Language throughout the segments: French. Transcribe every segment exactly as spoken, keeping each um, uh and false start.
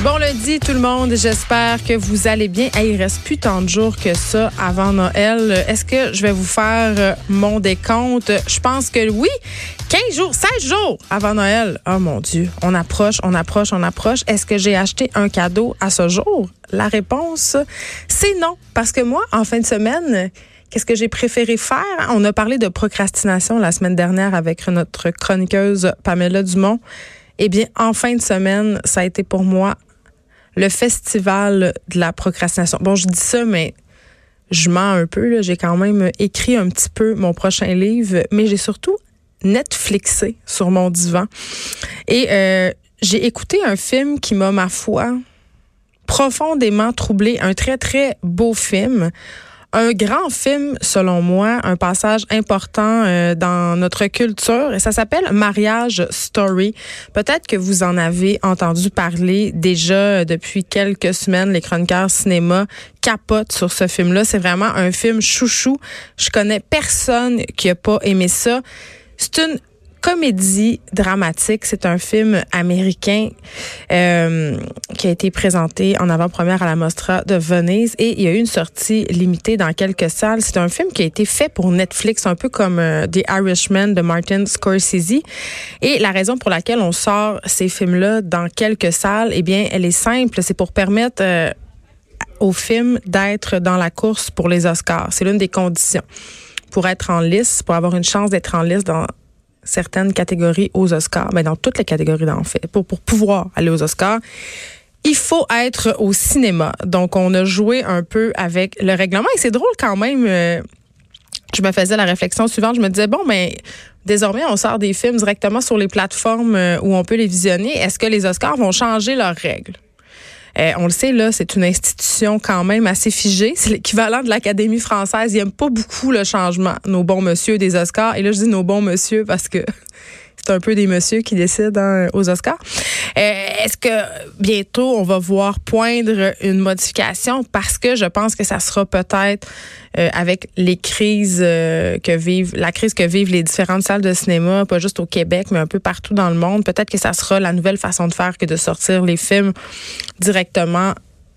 Bon lundi tout le monde, j'espère que vous allez bien. Hey, il reste plus tant de jours que ça avant Noël. Est-ce que je vais vous faire mon décompte? Je pense que oui. quinze jours, seize jours avant Noël. Oh mon Dieu, on approche, on approche, on approche. Est-ce que j'ai acheté un cadeau à ce jour? La réponse, c'est non. Parce que moi, en fin de semaine, qu'est-ce que j'ai préféré faire? On a parlé de procrastination la semaine dernière avec notre chroniqueuse Pamela Dumont. Eh bien, en fin de semaine, ça a été pour moi le festival de la procrastination. Bon, je dis ça, mais je mens un peu. Là. J'ai quand même écrit un petit peu mon prochain livre, mais j'ai surtout Netflixé sur mon divan. Et euh, j'ai écouté un film qui m'a, ma foi, profondément troublée. Un très, très beau film. Un grand film, selon moi, un passage important euh, dans notre culture. Et ça s'appelle Marriage Story. Peut-être que vous en avez entendu parler déjà depuis quelques semaines. Les chroniqueurs cinéma capotent sur ce film-là. C'est vraiment un film chouchou. Je connais personne qui a pas aimé ça. C'est une comédie dramatique. C'est un film américain euh, qui a été présenté en avant-première à la Mostra de Venise et il y a eu une sortie limitée dans quelques salles. C'est un film qui a été fait pour Netflix, un peu comme euh, The Irishman de Martin Scorsese. Et la raison pour laquelle on sort ces films-là dans quelques salles, eh bien, elle est simple. C'est pour permettre euh, au film d'être dans la course pour les Oscars. C'est l'une des conditions pour être en lice, pour avoir une chance d'être en lice dans certaines catégories aux Oscars, mais dans toutes les catégories en fait, pour, pour pouvoir aller aux Oscars, il faut être au cinéma. Donc, on a joué un peu avec le règlement et c'est drôle quand même. Euh, je me faisais la réflexion suivante, je me disais, bon, mais désormais, on sort des films directement sur les plateformes où on peut les visionner. Est-ce que les Oscars vont changer leurs règles? Euh, on le sait, là, c'est une institution quand même assez figée. C'est l'équivalent de l'Académie française. Ils n'aiment pas beaucoup le changement, nos bons monsieur des Oscars. Et là, je dis nos bons monsieur parce que c'est un peu des messieurs qui décident hein, aux Oscars. Euh, est-ce que bientôt, on va voir poindre une modification? Parce que je pense que ça sera peut-être euh, avec les crises euh, que vivent, la crise que vivent les différentes salles de cinéma, pas juste au Québec, mais un peu partout dans le monde. Peut-être que ça sera la nouvelle façon de faire que de sortir les films directement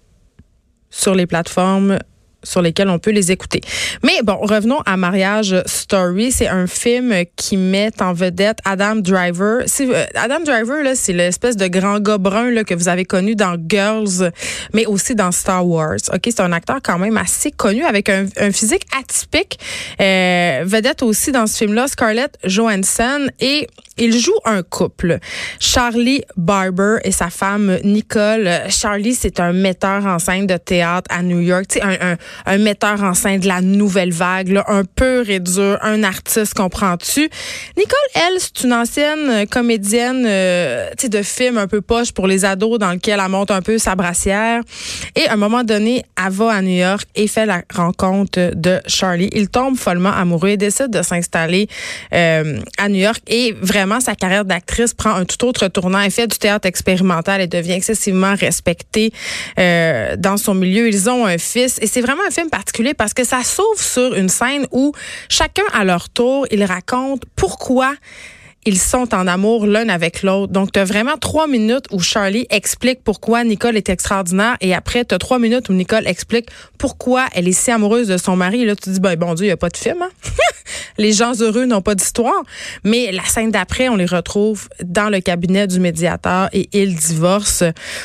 sur les plateformes sur lesquels on peut les écouter. Mais bon, revenons à Marriage Story. C'est un film qui met en vedette Adam Driver. C'est, euh, Adam Driver, là, c'est l'espèce de grand gars brun là, que vous avez connu dans Girls, mais aussi dans Star Wars. Ok, c'est un acteur quand même assez connu avec un, un physique atypique. Euh, vedette aussi dans ce film-là, Scarlett Johansson. Et il joue un couple. Charlie Barber et sa femme Nicole. Charlie, c'est un metteur en scène de théâtre à New York. Tu sais, un, un un metteur en scène de la nouvelle vague, là, un pur et dur, un artiste, comprends-tu? Nicole, elle, c'est une ancienne comédienne euh, tu sais, de film un peu poche pour les ados dans lequel elle monte un peu sa brassière. Et à un moment donné, elle va à New York et fait la rencontre de Charlie. Il tombe follement amoureux et décide de s'installer euh, à New York. Et vraiment, sa carrière d'actrice prend un tout autre tournant. Elle fait du théâtre expérimental et devient excessivement respectée euh, dans son milieu. Ils ont un fils et c'est vraiment un film particulier parce que ça s'ouvre sur une scène où chacun à leur tour, ils racontent pourquoi ils sont en amour l'un avec l'autre. Donc, tu as vraiment trois minutes où Charlie explique pourquoi Nicole est extraordinaire et après, tu as trois minutes où Nicole explique pourquoi elle est si amoureuse de son mari. Et là, tu te dis, ben, bon Dieu, il n'y a pas de film. Hein? Les gens heureux n'ont pas d'histoire. Mais la scène d'après, on les retrouve dans le cabinet du médiateur et ils divorcent.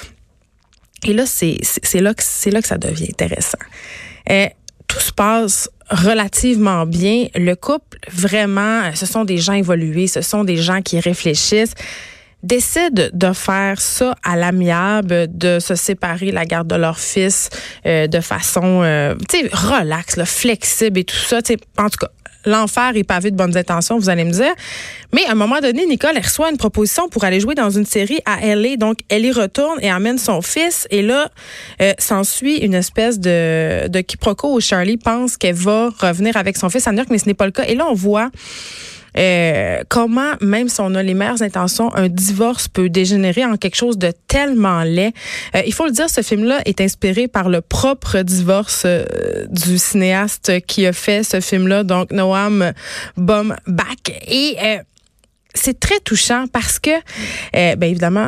Et là, c'est, c'est, c'est, là que, c'est là que ça devient intéressant. Euh, tout se passe relativement bien. Le couple, vraiment, ce sont des gens évolués, ce sont des gens qui réfléchissent, décident de faire ça à l'amiable, de se séparer la garde de leur fils euh, de façon, euh, tu sais, relax, là, flexible et tout ça. Tu sais, en tout cas, l'enfer est pavé de bonnes intentions, vous allez me dire. Mais à un moment donné, Nicole, elle reçoit une proposition pour aller jouer dans une série à L A. Donc, elle y retourne et amène son fils. Et là, euh, s'ensuit une espèce de, de quiproquo où Charlie pense qu'elle va revenir avec son fils à New York, mais ce n'est pas le cas. Et là, on voit Euh, comment, même si on a les meilleures intentions, un divorce peut dégénérer en quelque chose de tellement laid. Euh, il faut le dire, ce film-là est inspiré par le propre divorce euh, du cinéaste qui a fait ce film-là, donc Noam Baumbach. Et euh, c'est très touchant parce que, euh, ben évidemment,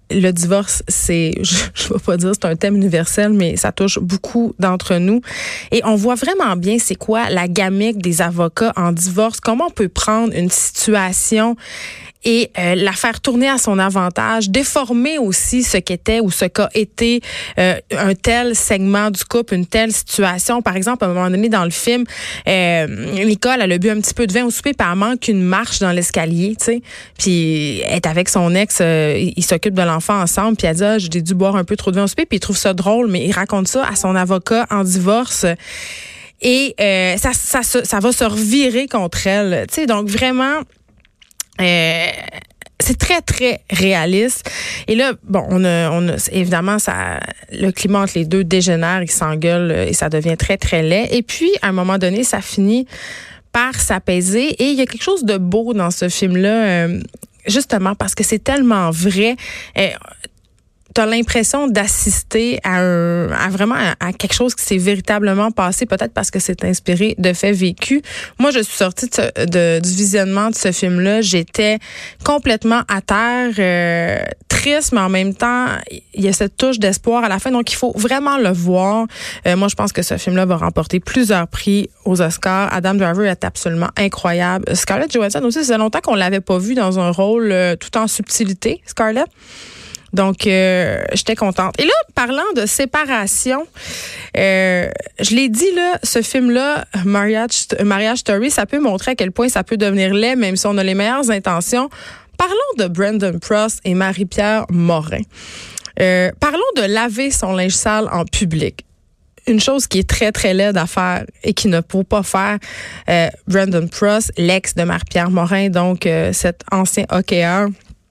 le divorce, c'est, je ne vais pas dire c'est un thème universel, mais ça touche beaucoup d'entre nous. Et on voit vraiment bien c'est quoi la gamique des avocats en divorce, comment on peut prendre une situation et euh, la faire tourner à son avantage, déformer aussi ce qu'était ou ce qu'a été euh, un tel segment du couple, une telle situation. Par exemple, à un moment donné dans le film, euh, Nicole, elle a bu un petit peu de vin au souper, puis elle manque une marche dans l'escalier, tu sais. Puis elle est avec son ex, euh, ils s'occupent de l'enfant ensemble, puis elle dit ah, j'ai dû boire un peu trop de vin au souper, puis il trouve ça drôle, mais il raconte ça à son avocat en divorce. Et euh, ça, ça, ça, ça va se revirer contre elle. Tu sais, donc vraiment... Euh, c'est très, très réaliste. Et là, bon, on a, on a évidemment, ça, le climat entre les deux dégénère, ils s'engueulent et ça devient très, très laid. Et puis, à un moment donné, ça finit par s'apaiser. Et il y a quelque chose de beau dans ce film-là, euh, justement, parce que c'est tellement vrai. Euh, T'as l'impression d'assister à, un, à vraiment à, à quelque chose qui s'est véritablement passé, peut-être parce que c'est inspiré de faits vécus. Moi, je suis sortie de, ce, de du visionnement de ce film-là. J'étais complètement à terre, euh, triste, mais en même temps, il y a cette touche d'espoir à la fin. Donc, il faut vraiment le voir. Euh, moi, je pense que ce film-là va remporter plusieurs prix aux Oscars. Adam Driver est absolument incroyable. Scarlett Johansson aussi, ça faisait longtemps qu'on l'avait pas vue dans un rôle euh, tout en subtilité, Scarlett. Donc, euh, j'étais contente. Et là, parlant de séparation, euh, je l'ai dit, là, ce film-là, Marriage, Marriage Story, ça peut montrer à quel point ça peut devenir laid, même si on a les meilleures intentions. Parlons de Brendan Prost et Marie-Pierre Morin. Euh, parlons de laver son linge sale en public. Une chose qui est très, très laide à faire et qui ne faut pas faire. Euh, Brendan Prost, l'ex de Marie-Pierre Morin, donc euh, cet ancien hockeyeur,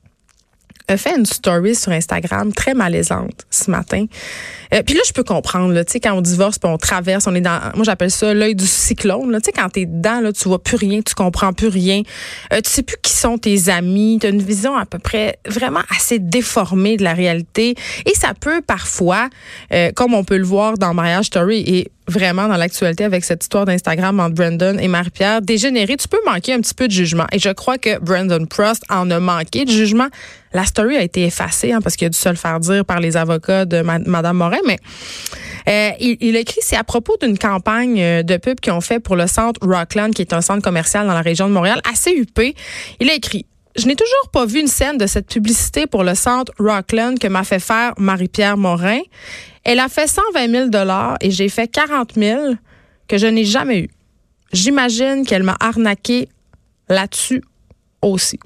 a fait une story sur Instagram très malaisante ce matin. Euh, puis là, je peux comprendre, là, tu sais, quand on divorce, puis on traverse, on est dans, moi j'appelle ça l'œil du cyclone. Tu sais, quand t'es dedans, là, tu vois plus rien, tu comprends plus rien. Euh, tu sais plus qui sont tes amis. T'as une vision à peu près vraiment assez déformée de la réalité. Et ça peut parfois, euh, comme on peut le voir dans Marriage Story et vraiment dans l'actualité avec cette histoire d'Instagram entre Brendan et Marie-Pierre, dégénérer, tu peux manquer un petit peu de jugement. Et je crois que Brendan Prost en a manqué de jugement. La story a été effacée hein, parce qu'il a dû se le faire dire par les avocats de ma- Madame Morin, mais euh, il, il a écrit, c'est à propos d'une campagne de pub qu'ils ont fait pour le centre Rockland, qui est un centre commercial dans la région de Montréal, assez huppé. Il a écrit: je n'ai toujours pas vu une scène de cette publicité pour le centre Rockland que m'a fait faire Marie-Pierre Morin. Elle a fait cent vingt mille dollars et j'ai fait quarante mille que je n'ai jamais eu. J'imagine qu'elle m'a arnaqué là-dessus aussi.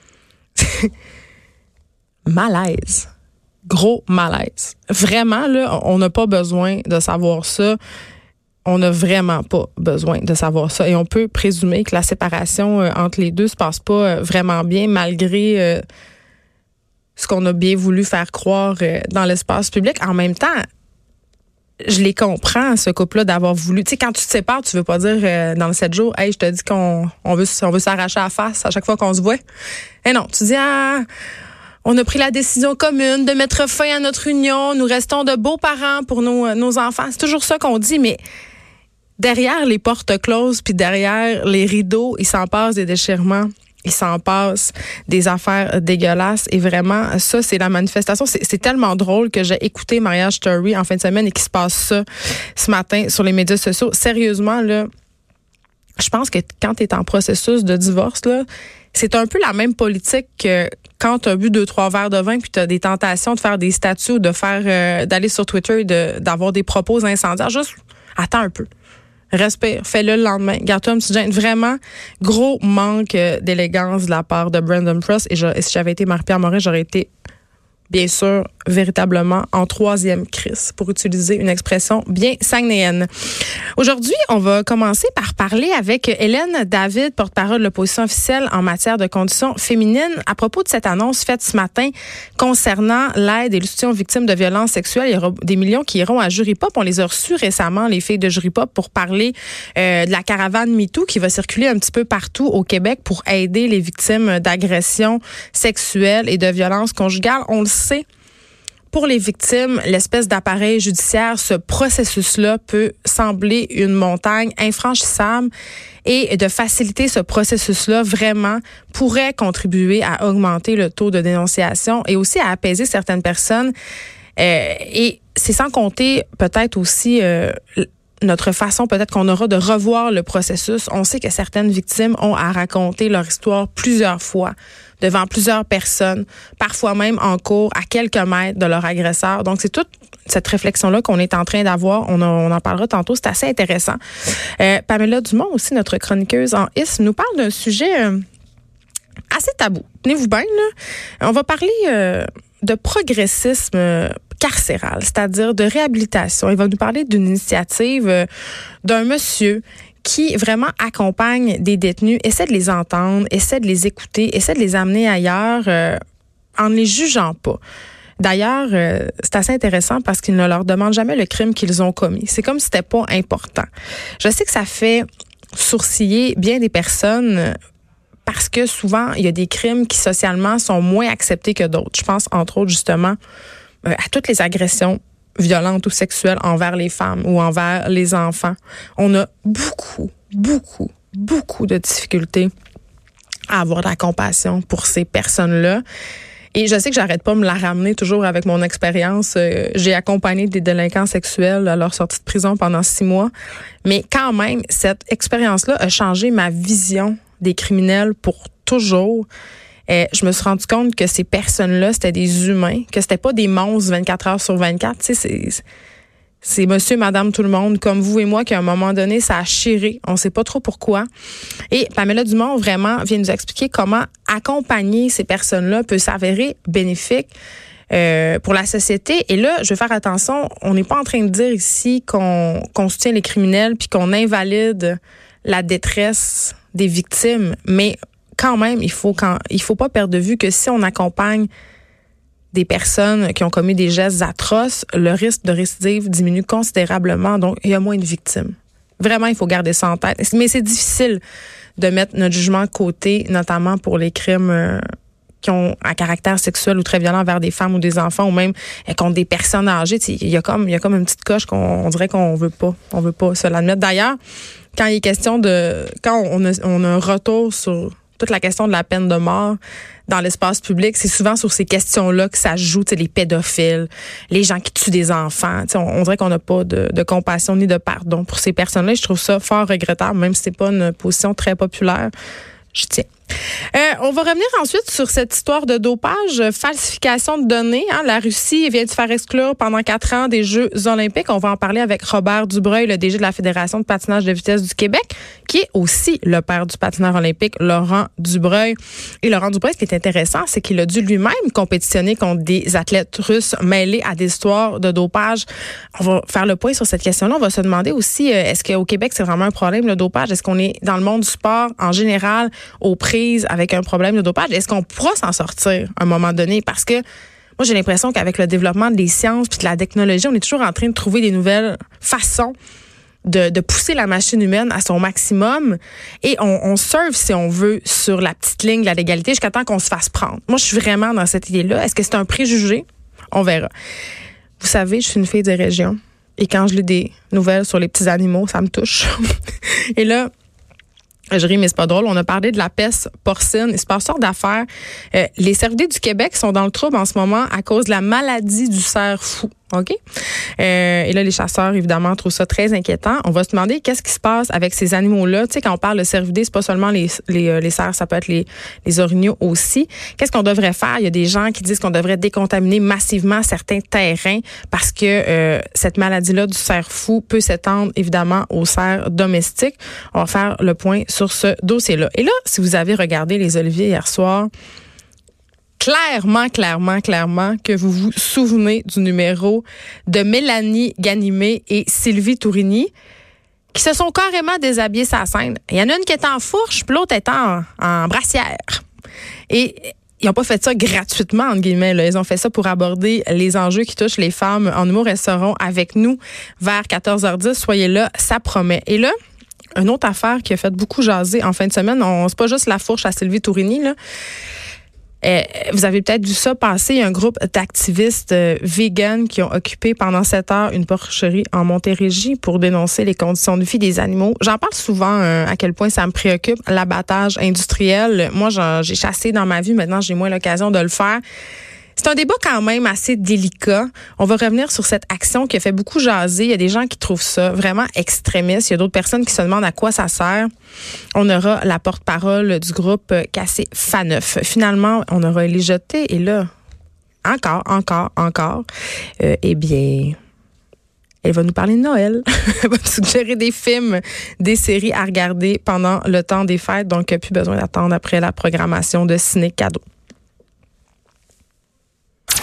Malaise. Gros malaise. Vraiment, là, on n'a pas besoin de savoir ça. On n'a vraiment pas besoin de savoir ça. Et on peut présumer que la séparation euh, entre les deux se passe pas euh, vraiment bien, malgré euh, ce qu'on a bien voulu faire croire euh, dans l'espace public. En même temps, je les comprends, ce couple-là, d'avoir voulu. Tu sais, quand tu te sépares, tu veux pas dire euh, dans le sept jours, hey, je te dis qu'on on veut, on veut s'arracher à la face à chaque fois qu'on se voit. Eh non, tu dis, ah, on a pris la décision commune de mettre fin à notre union. Nous restons de beaux parents pour nos, nos enfants. C'est toujours ça qu'on dit, mais derrière les portes closes, puis derrière les rideaux, il s'en passe des déchirements. Il s'en passe des affaires dégueulasses. Et vraiment, ça, c'est la manifestation. C'est, c'est tellement drôle que j'ai écouté Marriage Story en fin de semaine et qu'il se passe ça ce matin sur les médias sociaux. Sérieusement, là, je pense que quand tu es en processus de divorce, là, c'est un peu la même politique que quand tu as bu deux, trois verres de vin puis tu as des tentations de faire des statuts ou de faire, euh, d'aller sur Twitter et de, d'avoir des propos incendiaires. Juste, attends un peu. Respire, fais-le le lendemain. Garde-toi un petit gêne. Vraiment, gros manque d'élégance de la part de Brendan Prost. Et, je, et si j'avais été Marie-Pierre Morin, j'aurais été, bien sûr, véritablement en troisième crise, pour utiliser une expression bien saguenéenne. Aujourd'hui, on va commencer par parler avec Hélène David, porte-parole de l'opposition officielle en matière de conditions féminines, à propos de cette annonce faite ce matin concernant l'aide et le soutien aux victimes de violences sexuelles. Il y aura des millions qui iront à Jury Pop. On les a reçus récemment, les filles de Jury Pop, pour parler euh, de la caravane MeToo qui va circuler un petit peu partout au Québec pour aider les victimes d'agressions sexuelles et de violences conjugales. On le sait, pour les victimes, l'espèce d'appareil judiciaire, ce processus-là peut sembler une montagne infranchissable et de faciliter ce processus-là vraiment pourrait contribuer à augmenter le taux de dénonciation et aussi à apaiser certaines personnes. Euh, et c'est sans compter peut-être aussi euh, notre façon peut-être qu'on aura de revoir le processus. On sait que certaines victimes ont à raconter leur histoire plusieurs fois, devant plusieurs personnes, parfois même en cours, à quelques mètres de leur agresseur. Donc, c'est toute cette réflexion-là qu'on est en train d'avoir. On, a, on en parlera tantôt. C'est assez intéressant. Euh, Pamela Dumont, aussi, notre chroniqueuse en I S, nous parle d'un sujet euh, assez tabou. Tenez-vous bien, là. On va parler euh, de progressisme euh, carcéral, c'est-à-dire de réhabilitation. Il va nous parler d'une initiative euh, d'un monsieur qui vraiment accompagne des détenus, essaie de les entendre, essaie de les écouter, essaie de les amener ailleurs euh, en ne les jugeant pas. D'ailleurs, euh, c'est assez intéressant parce qu'il ne leur demande jamais le crime qu'ils ont commis. C'est comme si c'était pas important. Je sais que ça fait sourciller bien des personnes parce que souvent, il y a des crimes qui socialement sont moins acceptés que d'autres. Je pense entre autres justement euh, à toutes les agressions violentes ou sexuelles envers les femmes ou envers les enfants. On a beaucoup, beaucoup, beaucoup de difficultés à avoir de la compassion pour ces personnes-là. Et je sais que j'arrête pas de me la ramener toujours avec mon expérience. Euh, j'ai accompagné des délinquants sexuels à leur sortie de prison pendant six mois. Mais quand même, cette expérience-là a changé ma vision des criminels pour toujours. Euh, je me suis rendu compte que ces personnes-là, c'était des humains, que c'était pas des monstres vingt-quatre heures sur vingt-quatre. Tu sais, c'est, c'est monsieur, madame, tout le monde, comme vous et moi, qu'à un moment donné, ça a chiré. On sait pas trop pourquoi. Et Pamela Dumont, vraiment, vient nous expliquer comment accompagner ces personnes-là peut s'avérer bénéfique euh, pour la société. Et là, je veux faire attention, on n'est pas en train de dire ici qu'on, qu'on soutient les criminels puis qu'on invalide la détresse des victimes, mais quand même, il faut quand il faut pas perdre de vue que si on accompagne des personnes qui ont commis des gestes atroces, le risque de récidive diminue considérablement. Donc, il y a moins de victimes. Vraiment, il faut garder ça en tête. Mais c'est difficile de mettre notre jugement de côté, notamment pour les crimes euh, qui ont un caractère sexuel ou très violent envers des femmes ou des enfants ou même euh, contre des personnes âgées. Il y a comme il y a comme une petite coche qu'on on dirait qu'on veut pas, on veut pas se l'admettre. D'ailleurs, quand il est question de quand on a, on a un retour sur toute la question de la peine de mort dans l'espace public, c'est souvent sur ces questions-là que ça se joue, les pédophiles, les gens qui tuent des enfants. On, on dirait qu'on n'a pas de, de compassion ni de pardon pour ces personnes-là. Je trouve ça fort regrettable, même si c'est pas une position très populaire. Je tiens. Euh, on va revenir ensuite sur cette histoire de dopage, falsification de données. Hein. La Russie vient de se faire exclure pendant quatre ans des Jeux olympiques. On va en parler avec Robert Dubreuil, le D G de la Fédération de patinage de vitesse du Québec, qui est aussi le père du patineur olympique Laurent Dubreuil. Et Laurent Dubreuil, ce qui est intéressant, c'est qu'il a dû lui-même compétitionner contre des athlètes russes mêlés à des histoires de dopage. On va faire le point sur cette question-là. On va se demander aussi, est-ce qu'au Québec, c'est vraiment un problème, le dopage? Est-ce qu'on est dans le monde du sport en général aux prises avec un problème de dopage? Est-ce qu'on pourra s'en sortir à un moment donné? Parce que moi, j'ai l'impression qu'avec le développement des sciences puis de la technologie, on est toujours en train de trouver des nouvelles façons de, de pousser la machine humaine à son maximum et on, on surfe, si on veut, sur la petite ligne de la légalité jusqu'à temps qu'on se fasse prendre. Moi, je suis vraiment dans cette idée-là. Est-ce que c'est un préjugé? On verra. Vous savez, je suis une fille des régions et quand je lis des nouvelles sur les petits animaux, ça me touche. Et là, je ris, mais c'est pas drôle. On a parlé de la peste porcine. Il se passe sorte d'affaires. Euh, les cervidés du Québec sont dans le trouble en ce moment à cause de la maladie du cerf fou. OK? Euh, et là, les chasseurs, évidemment, trouvent ça très inquiétant. On va se demander qu'est-ce qui se passe avec ces animaux-là. Tu sais, quand on parle de cervidés, c'est pas seulement les, les, les cerfs, ça peut être les, les orignaux aussi. Qu'est-ce qu'on devrait faire? Il y a des gens qui disent qu'on devrait décontaminer massivement certains terrains parce que euh, cette maladie-là du cerf fou peut s'étendre, évidemment, aux cerfs domestiques. On va faire le point sur ce dossier-là. Et là, si vous avez regardé les oliviers hier soir, clairement, clairement, clairement que vous vous souvenez du numéro de Mélanie Ganimé et Sylvie Tourigny qui se sont carrément déshabillés sur la scène. Il y en a une qui est en fourche, puis l'autre est en, en brassière. Et ils n'ont pas fait ça gratuitement, entre guillemets. Là. Ils ont fait ça pour aborder les enjeux qui touchent les femmes en humour. Elles seront avec nous vers quatorze heures dix. Soyez là, ça promet. Et là, une autre affaire qui a fait beaucoup jaser en fin de semaine, on, c'est pas juste la fourche à Sylvie Tourigny, là. Euh, vous avez peut-être vu ça passer. Il y a un groupe d'activistes euh, véganes qui ont occupé pendant sept heures une porcherie en Montérégie pour dénoncer les conditions de vie des animaux. J'en parle souvent euh, à quel point ça me préoccupe, l'abattage industriel. Moi, j'en, j'ai chassé dans ma vie. Maintenant, j'ai moins l'occasion de le faire. C'est un débat quand même assez délicat. On va revenir sur cette action qui a fait beaucoup jaser. Il y a des gens qui trouvent ça vraiment extrémiste. Il y a d'autres personnes qui se demandent à quoi ça sert. On aura la porte-parole du groupe Cassé Faneuf. Finalement, on aura Élie Jeté. Et là, encore, encore, encore, euh, eh bien... Elle va nous parler de Noël. Elle va nous suggérer des films, des séries à regarder pendant le temps des fêtes. Donc, plus besoin d'attendre après la programmation de Ciné Cadeau.